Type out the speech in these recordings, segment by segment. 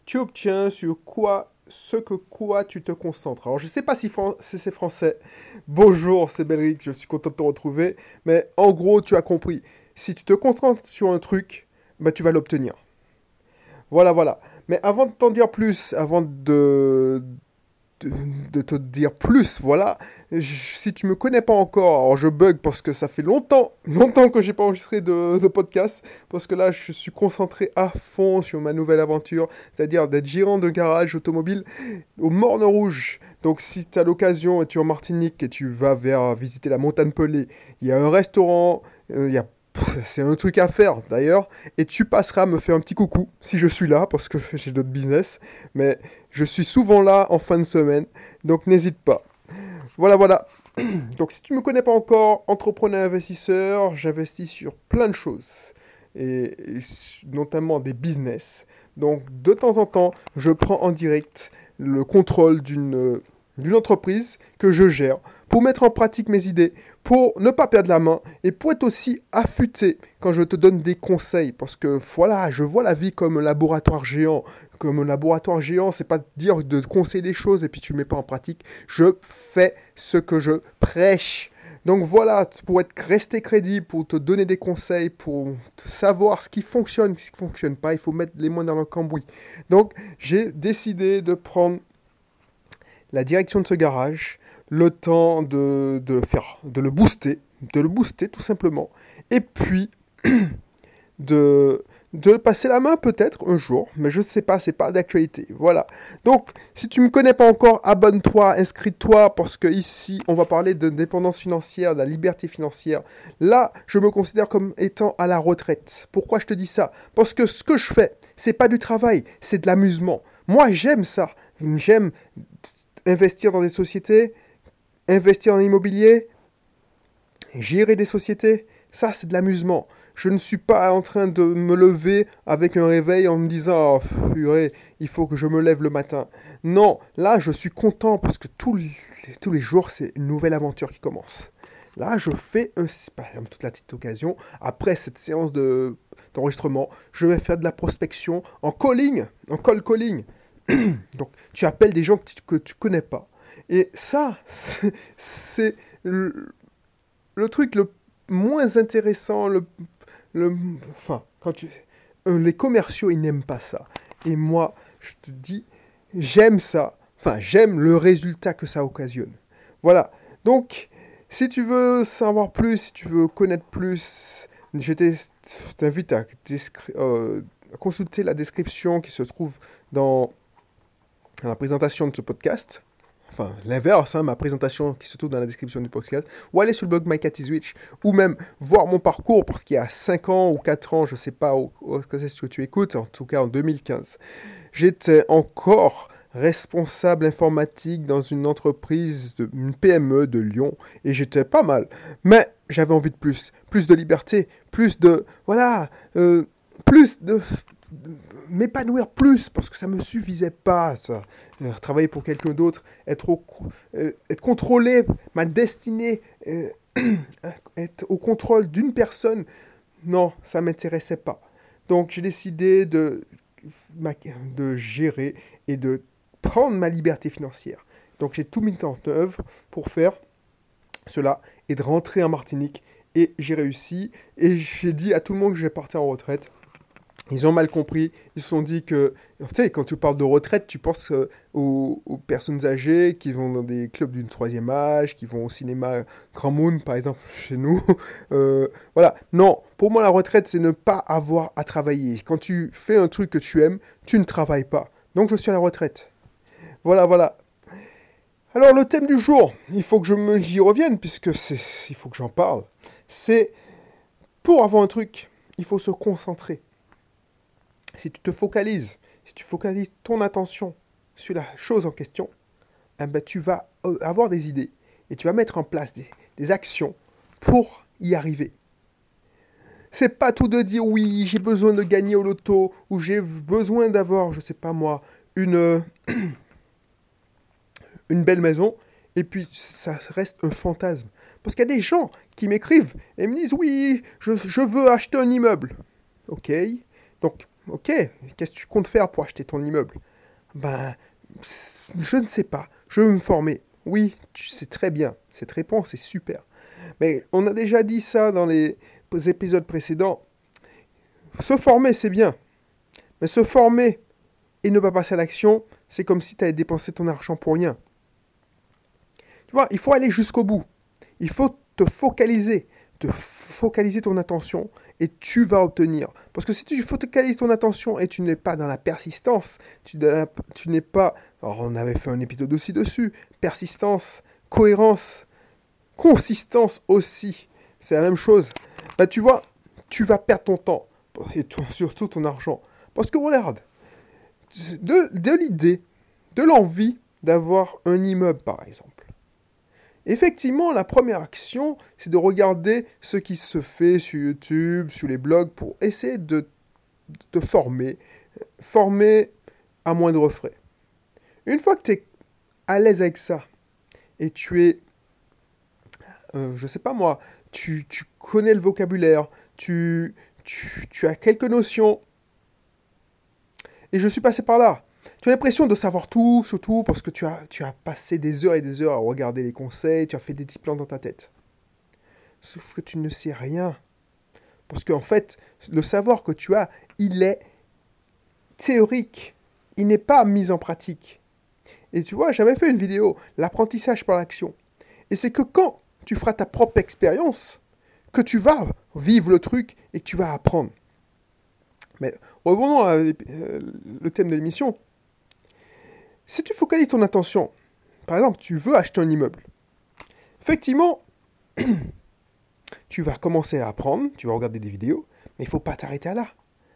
tu obtiens sur quoi tu te concentres. Alors, je ne sais pas si c'est français. Bonjour, c'est Belric, je suis content de te retrouver. Mais en gros, tu as compris. Si tu te concentres sur un truc, bah, tu vas l'obtenir. Voilà, voilà. Mais avant de t'en dire plus, avant de, de te dire plus, voilà. Si tu me connais pas encore, alors je bug parce que ça fait longtemps que j'ai pas enregistré de podcast, parce que là je suis concentré à fond sur ma nouvelle aventure, c'est-à-dire d'être gérant de garage automobile au Morne Rouge. Donc si tu as l'occasion et tu es en Martinique et tu vas vers visiter la montagne Pelée, il y a un restaurant, il y a c'est un truc à faire d'ailleurs, et tu passeras me faire un petit coucou si je suis là parce que j'ai d'autres business, mais je suis souvent là en fin de semaine, donc n'hésite pas. Voilà, voilà. Donc si tu ne me connais pas encore, entrepreneur investisseur, j'investis sur plein de choses, et notamment des business. Donc de temps en temps, je prends en direct le contrôle d'une entreprise que je gère pour mettre en pratique mes idées, pour ne pas perdre la main et pour être aussi affûté quand je te donne des conseils. Parce que voilà, je vois la vie comme un laboratoire géant. Comme un laboratoire géant, c'est pas dire de conseiller des choses et puis tu ne mets pas en pratique. Je fais ce que je prêche. Donc voilà, pour rester crédible, pour te donner des conseils, pour savoir ce qui fonctionne, ce qui ne fonctionne pas, il faut mettre les mains dans le cambouis. Donc j'ai décidé de prendre la direction de ce garage, le temps de le faire, de le booster tout simplement, et puis de passer la main peut-être un jour, mais je ne sais pas, c'est pas d'actualité. Voilà. Donc, si tu ne me connais pas encore, abonne-toi, inscris-toi, parce que ici, on va parler de dépendance financière, de la liberté financière. Là, je me considère comme étant à la retraite. Pourquoi je te dis ça? Parce que ce que je fais, c'est pas du travail, c'est de l'amusement. Moi, j'aime ça. J'aime investir dans des sociétés, investir en immobilier, gérer des sociétés, ça c'est de l'amusement. Je ne suis pas en train de me lever avec un réveil en me disant oh, purée, il faut que je me lève le matin. Non, là je suis content parce que tous les jours c'est une nouvelle aventure qui commence. Là je fais par exemple toute la petite occasion, après cette séance d'enregistrement, je vais faire de la prospection en calling, en call calling. Donc tu appelles des gens que tu connais pas. Et ça, c'est le truc le moins intéressant, le, enfin, quand les commerciaux, ils n'aiment pas ça. Et moi, je te dis, j'aime ça. Enfin, j'aime le résultat que ça occasionne. Voilà. Donc, si tu veux savoir plus, si tu veux connaître plus, t'invite à consulter la description qui se trouve dans la présentation de ce podcast. Enfin, l'inverse, hein, ma présentation qui se trouve dans la description du podcast, ou aller sur le blog My Cat is Rich, ou même voir mon parcours, parce qu'il y a 5 ans ou 4 ans, je ne sais pas où est-ce que tu écoutes, en tout cas en 2015, j'étais encore responsable informatique dans une entreprise, une PME de Lyon, et j'étais pas mal. Mais j'avais envie de plus de liberté, plus de, voilà, plus de m'épanouir plus parce que ça me suffisait pas ça. Travailler pour quelqu'un d'autre, être contrôlé, ma destinée, être au contrôle d'une personne, non, ça m'intéressait pas. Donc j'ai décidé de gérer et de prendre ma liberté financière. Donc j'ai tout mis en œuvre pour faire cela et de rentrer en Martinique et j'ai réussi et j'ai dit à tout le monde que je partais en retraite. Ils ont mal compris. Ils se sont dit que, tu sais, quand tu parles de retraite, tu penses aux personnes âgées qui vont dans des clubs d'une troisième âge, qui vont au cinéma Grand Moon, par exemple, chez nous. Voilà. Non, pour moi, la retraite, c'est ne pas avoir à travailler. Quand tu fais un truc que tu aimes, tu ne travailles pas. Donc, je suis à la retraite. Voilà, voilà. Alors, le thème du jour, il faut que j'y revienne, puisque il faut que j'en parle. C'est, pour avoir un truc, il faut se concentrer. Si tu focalises ton attention sur la chose en question, eh ben, tu vas avoir des idées et tu vas mettre en place des actions pour y arriver. C'est pas tout de dire oui, j'ai besoin de gagner au loto ou j'ai besoin d'avoir, je sais pas moi, une belle maison et puis ça reste un fantasme. Parce qu'il y a des gens qui m'écrivent et me disent oui, je veux acheter un immeuble. Ok, donc ok, qu'est-ce que tu comptes faire pour acheter ton immeuble? Ben, je ne sais pas, je veux me former. Oui, c'est très bien, cette réponse est super. Mais on a déjà dit ça dans les épisodes précédents. Se former, c'est bien. Mais se former et ne pas passer à l'action, c'est comme si tu avais dépensé ton argent pour rien. Tu vois, il faut aller jusqu'au bout. Il faut te focaliser ton attention et tu vas obtenir. Parce que si tu focalises ton attention et tu n'es pas dans la persistance, tu n'es pas... Alors on avait fait un épisode aussi dessus. Persistance, cohérence, consistance aussi. C'est la même chose. Bah, tu vois, tu vas perdre ton temps et surtout ton argent. Parce que regarde, de l'idée, de l'envie d'avoir un immeuble par exemple. Effectivement, la première action, c'est de regarder ce qui se fait sur YouTube, sur les blogs, pour essayer de te former à moindre frais. Une fois que tu es à l'aise avec ça, et tu es, je sais pas moi, tu connais le vocabulaire, tu as quelques notions, et je suis passé par là. Tu as l'impression de savoir tout, surtout parce que tu as passé des heures et des heures à regarder les conseils, tu as fait des petits plans dans ta tête. Sauf que tu ne sais rien. Parce qu'en fait, le savoir que tu as, il est théorique. Il n'est pas mis en pratique. Et tu vois, j'avais fait une vidéo, l'apprentissage par l'action. Et c'est que quand tu feras ta propre expérience, que tu vas vivre le truc et que tu vas apprendre. Mais revenons à le thème de l'émission. Si tu focalises ton attention, par exemple, tu veux acheter un immeuble. Effectivement, tu vas commencer à apprendre, tu vas regarder des vidéos, mais il ne faut pas t'arrêter à là.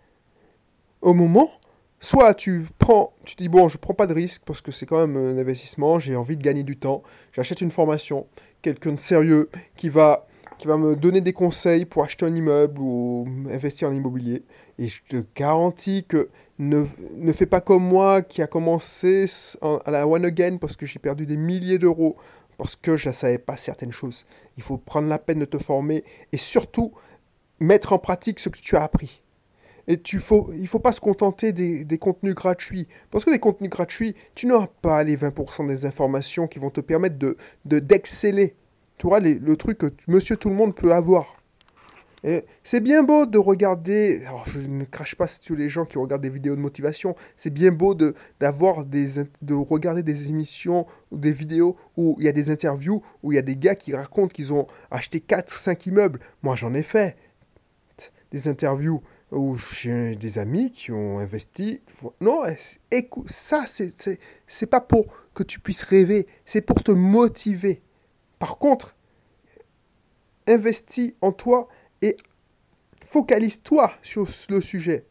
Au moment, soit tu dis bon, je ne prends pas de risque parce que c'est quand même un investissement, j'ai envie de gagner du temps, j'achète une formation, quelqu'un de sérieux qui va me donner des conseils pour acheter un immeuble ou investir en immobilier. Et je te garantis que ne fais pas comme moi qui a commencé à la one again parce que j'ai perdu des milliers d'euros parce que je ne savais pas certaines choses. Il faut prendre la peine de te former et surtout mettre en pratique ce que tu as appris. Et il ne faut pas se contenter des contenus gratuits. Parce que les contenus gratuits, tu n'auras pas les 20% des informations qui vont te permettre d'exceller. Tu auras le truc que monsieur tout le monde peut avoir. Et c'est bien beau de regarder, alors je ne crache pas sur les gens qui regardent des vidéos de motivation, c'est bien beau de regarder des émissions ou des vidéos où il y a des interviews, où il y a des gars qui racontent qu'ils ont acheté 4-5 immeubles. Moi j'en ai fait des interviews où j'ai des amis qui ont investi. Non, écoute, ça c'est pas pour que tu puisses rêver, c'est pour te motiver. Par contre, investis en toi et focalise-toi sur le sujet.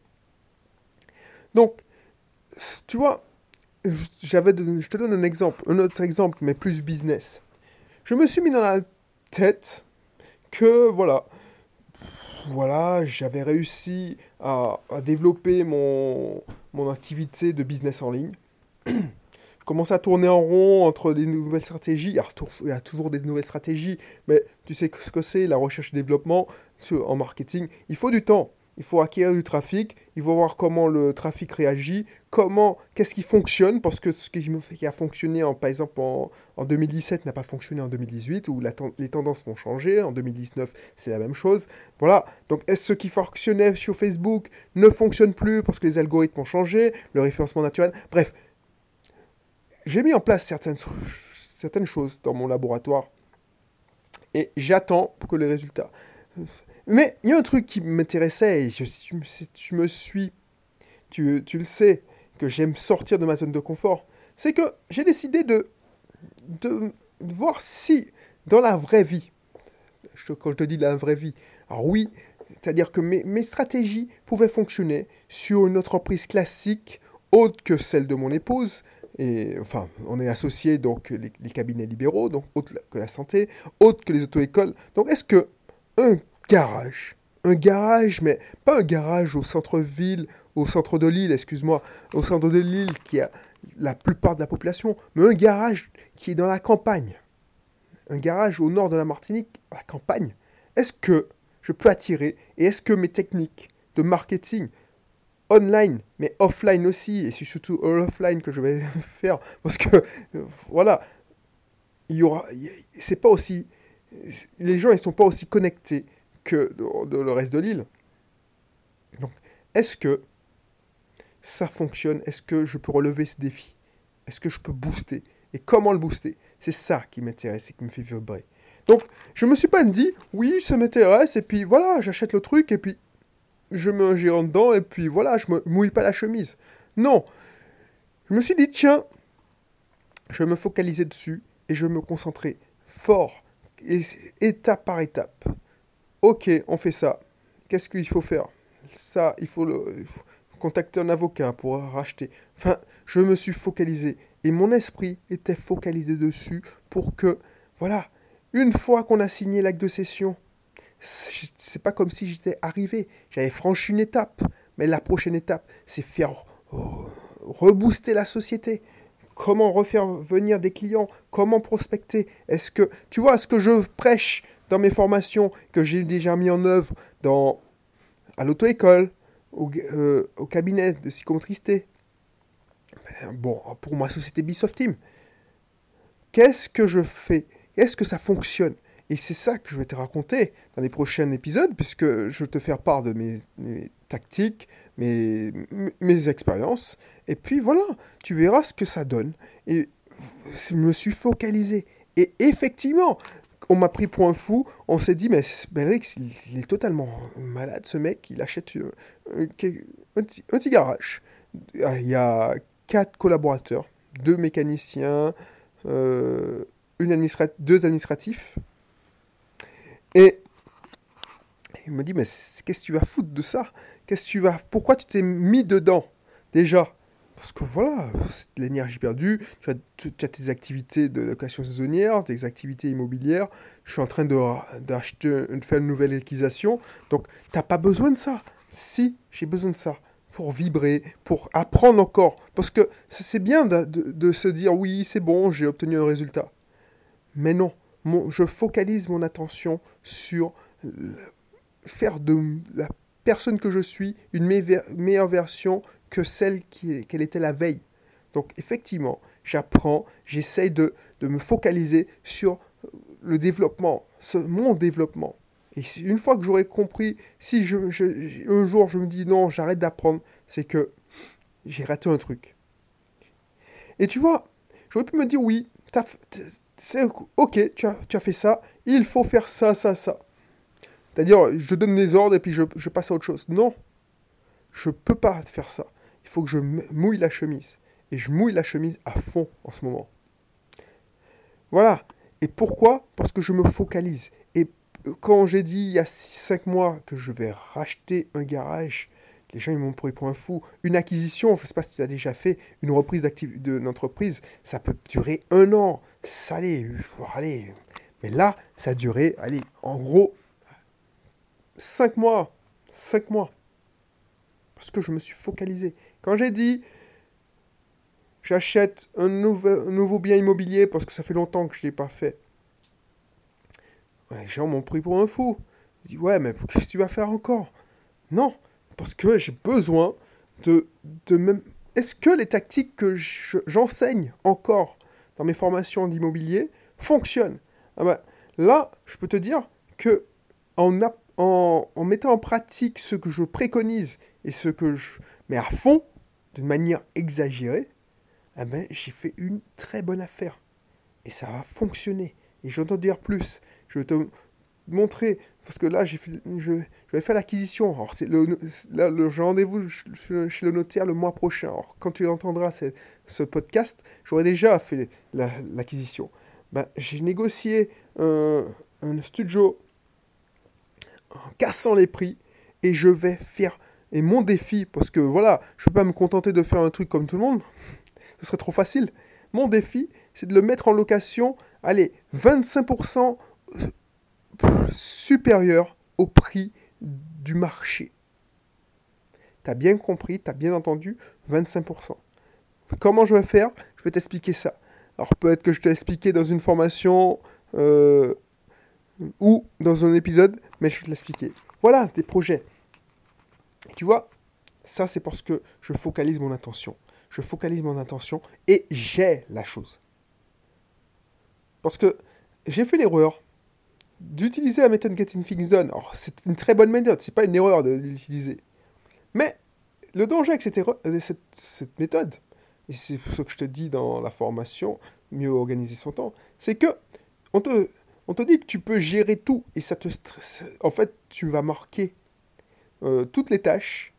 Donc, tu vois, je te donne un autre exemple, mais plus business. Je me suis mis dans la tête que, voilà, j'avais réussi à développer mon activité de business en ligne. Je commençais à tourner en rond entre des nouvelles stratégies. Alors, il y a toujours des nouvelles stratégies, mais tu sais ce que c'est, la recherche et développement en marketing. Il faut du temps. Il faut acquérir du trafic. Il faut voir comment le trafic réagit. Qu'est-ce qui fonctionne. Parce que ce qui a fonctionné, par exemple, en 2017 n'a pas fonctionné en 2018, où les tendances vont changer. En 2019, c'est la même chose. Voilà. Donc, est-ce ce qui fonctionnait sur Facebook ne fonctionne plus parce que les algorithmes ont changé, le référencement naturel. Bref. J'ai mis en place certaines choses dans mon laboratoire et j'attends pour que les résultats. Mais il y a un truc qui m'intéressait et si tu me suis, tu le sais, que j'aime sortir de ma zone de confort. C'est que j'ai décidé de voir si, dans la vraie vie, quand je te dis la vraie vie, alors oui, c'est-à-dire que mes stratégies pouvaient fonctionner sur une entreprise classique, autre que celle de mon épouse. Et enfin, on est associé donc les cabinets libéraux, donc autre que la santé, autre que les auto-écoles. Donc est-ce que un garage, mais pas un garage au centre-ville, au centre de l'île, excuse-moi, au centre de l'île qui a la plupart de la population, mais un garage qui est dans la campagne, un garage au nord de la Martinique, à la campagne, est-ce que je peux attirer et est-ce que mes techniques de marketing online, mais offline aussi, et c'est surtout offline que je vais faire, parce que, voilà, il y aura, c'est pas aussi, les gens, ils sont pas aussi connectés que de le reste de l'île. Donc, est-ce que ça fonctionne? Est-ce que je peux relever ce défi? Est-ce que je peux booster? Et comment le booster? C'est ça qui m'intéresse et qui me fait vibrer. Donc, je me suis pas dit, oui, ça m'intéresse, et puis voilà, j'achète le truc, et puis je me gère dedans, et puis voilà, je me mouille pas la chemise. Non, je me suis dit, tiens, je vais me focaliser dessus, et je vais me concentrer fort, et, étape par étape. Ok, on fait ça. Qu'est-ce qu'il faut faire? Ça, il faut contacter un avocat pour racheter. Enfin, je me suis focalisé. Et mon esprit était focalisé dessus pour que, voilà, une fois qu'on a signé l'acte de cession, c'est pas comme si j'étais arrivé. J'avais franchi une étape. Mais la prochaine étape, c'est faire rebooster la société. Comment refaire venir des clients? Comment prospecter? Est-ce que, tu vois, ce que je prêche dans mes formations, que j'ai déjà mis en œuvre à l'auto-école, au cabinet de psychomotricité, bon, pour ma société Bisoft Team, qu'est-ce que je fais? Est-ce que ça fonctionne? Et c'est ça que je vais te raconter dans les prochains épisodes, puisque je vais te faire part de mes tactiques, mes expériences. Et puis voilà, tu verras ce que ça donne. Et je me suis focalisé. Et effectivement, on m'a pris pour un fou. On s'est dit, mais Belrix, il est totalement malade, ce mec. Il achète un petit garage. Il y a 4 collaborateurs, 2 mécaniciens, deux administratifs. Et il me dit, mais qu'est-ce que tu vas foutre de ça? Pourquoi tu t'es mis dedans, déjà? Parce que voilà, c'est de l'énergie perdue, tu as tes activités de location saisonnière, tes activités immobilières, je suis en train de faire une nouvelle acquisition, donc t'as pas besoin de ça. Si, j'ai besoin de ça, pour vibrer, pour apprendre encore, parce que c'est bien de se dire, oui, c'est bon, j'ai obtenu un résultat. Mais non, je focalise mon attention sur faire de la personne que je suis une meilleure version que celle qu'elle était la veille. Donc effectivement, j'apprends, j'essaye de me focaliser sur le développement, mon développement. Et une fois que j'aurai compris, si un jour je me dis non, j'arrête d'apprendre, c'est que j'ai raté un truc. Et tu vois, j'aurais pu me dire oui, c'est ok, tu as fait ça, il faut faire ça, ça, ça. C'est-à-dire, je donne des ordres et puis je passe à autre chose. Non, je ne peux pas faire ça. Il faut que je mouille la chemise. Et je mouille la chemise à fond en ce moment. Voilà. Et pourquoi? Parce que je me focalise. Et quand j'ai dit il y a 5 mois que je vais racheter un garage, les gens ils m'ont pris pour un fou. Une acquisition, je ne sais pas si tu as déjà fait, une reprise d'une entreprise, ça peut durer 1 an. Ça allait. Mais là, ça a duré, allez, en gros, 5 mois. 5 mois. Parce que je me suis focalisé. Quand j'ai dit, j'achète un nouveau bien immobilier parce que ça fait longtemps que je ne l'ai pas fait. Les gens m'ont pris pour un fou. Ils disent, ouais, mais qu'est-ce que tu vas faire encore? Non, parce que j'ai besoin de même... Est-ce que les tactiques que j'enseigne encore dans mes formations d'immobilier fonctionnent? Ah ben, là, je peux te dire que en mettant en pratique ce que je préconise et ce que je mets à fond, d'une manière exagérée, eh ben, j'ai fait une très bonne affaire. Et ça va fonctionner. Et je vais t'en dire plus. Je vais te montrer, parce que là, je vais faire l'acquisition. Alors, j'ai rendez-vous chez le notaire le mois prochain. Alors, quand tu entendras ce podcast, j'aurai déjà fait l'acquisition. Ben, j'ai négocié un studio en cassant les prix, et je vais faire... Et mon défi, parce que voilà, je ne peux pas me contenter de faire un truc comme tout le monde, ce serait trop facile. Mon défi, c'est de le mettre en location, allez, 25% supérieur au prix du marché. T'as bien compris, t'as bien entendu, 25%. Comment je vais faire? Je vais t'expliquer ça. Alors peut-être que je t'ai expliqué dans une formation ou dans un épisode, mais je vais te l'expliquer. Voilà, des projets. Tu vois, Ça, c'est parce que je focalise mon attention. Je focalise mon attention et j'ai la chose. Parce que j'ai fait l'erreur d'utiliser la méthode Getting Things Done. Alors, c'est une très bonne méthode, c'est pas une erreur de l'utiliser. Mais le danger avec cette méthode, et c'est ce que je te dis dans la formation, mieux organiser son temps, c'est que on te dit que tu peux gérer tout et ça te stresse. En fait, tu vas marquer toutes les tâches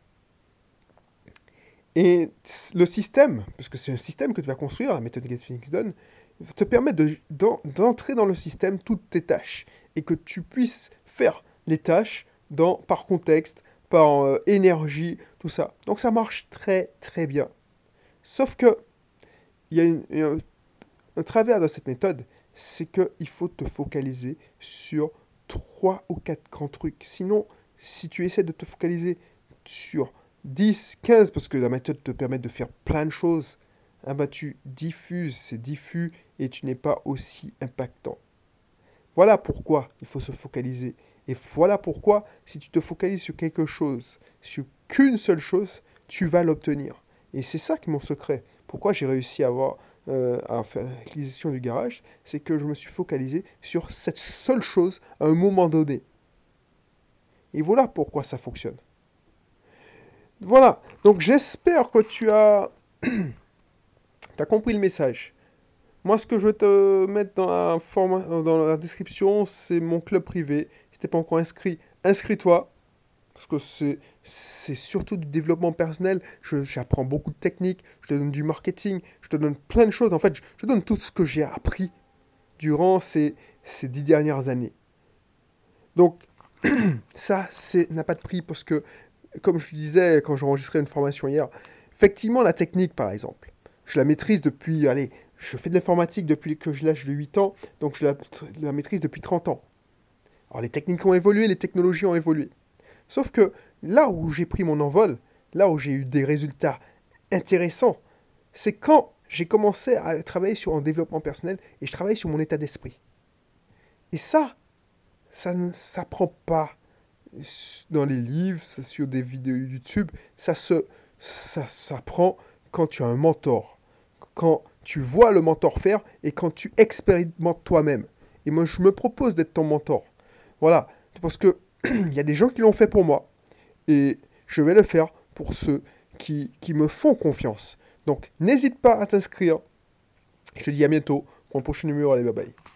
et le système, parce que c'est un système que tu vas construire, la méthode Get Things Done, te permet d'entrer dans le système toutes tes tâches et que tu puisses faire les tâches par contexte, par énergie, tout ça. Donc ça marche très très bien. Sauf que il y a un travers de cette méthode, c'est qu'il faut te focaliser sur 3 ou 4 grands trucs. Sinon, si tu essaies de te focaliser sur 10, 15, parce que la méthode te permet de faire plein de choses, ah bah tu diffuses, c'est diffus et tu n'es pas aussi impactant. Voilà pourquoi il faut se focaliser. Et voilà pourquoi, si tu te focalises sur quelque chose, sur qu'une seule chose, tu vas l'obtenir. Et c'est ça qui est mon secret. Pourquoi j'ai réussi à faire l'acquisition du garage, c'est que je me suis focalisé sur cette seule chose à un moment donné. Et voilà pourquoi ça fonctionne. Voilà, donc j'espère que tu as compris le message. Moi, ce que je vais te mettre dans la description, c'est mon club privé. Si tu n'es pas encore inscrit, inscris-toi. Parce que c'est surtout du développement personnel. J'apprends beaucoup de techniques, je te donne du marketing, je te donne plein de choses. En fait, je te donne tout ce que j'ai appris durant ces 10 dernières années. Donc, ça, n'a pas de prix parce que, comme je disais quand j'enregistrais une formation hier, effectivement, la technique, par exemple, je la maîtrise depuis, je fais de l'informatique depuis que j'ai l'âge de 8 ans, donc je la maîtrise depuis 30 ans. Alors, les techniques ont évolué, les technologies ont évolué. Sauf que là où j'ai pris mon envol, là où j'ai eu des résultats intéressants, c'est quand j'ai commencé à travailler sur un développement personnel et je travaille sur mon état d'esprit. Et ça ne s'apprend pas dans les livres, sur des vidéos YouTube, ça s'apprend quand tu as un mentor, quand tu vois le mentor faire et quand tu expérimentes toi-même. Et moi, je me propose d'être ton mentor. Voilà, parce que il y a des gens qui l'ont fait pour moi. Et je vais le faire pour ceux qui me font confiance. Donc, n'hésite pas à t'inscrire. Je te dis à bientôt pour le prochain numéro. Allez, bye bye.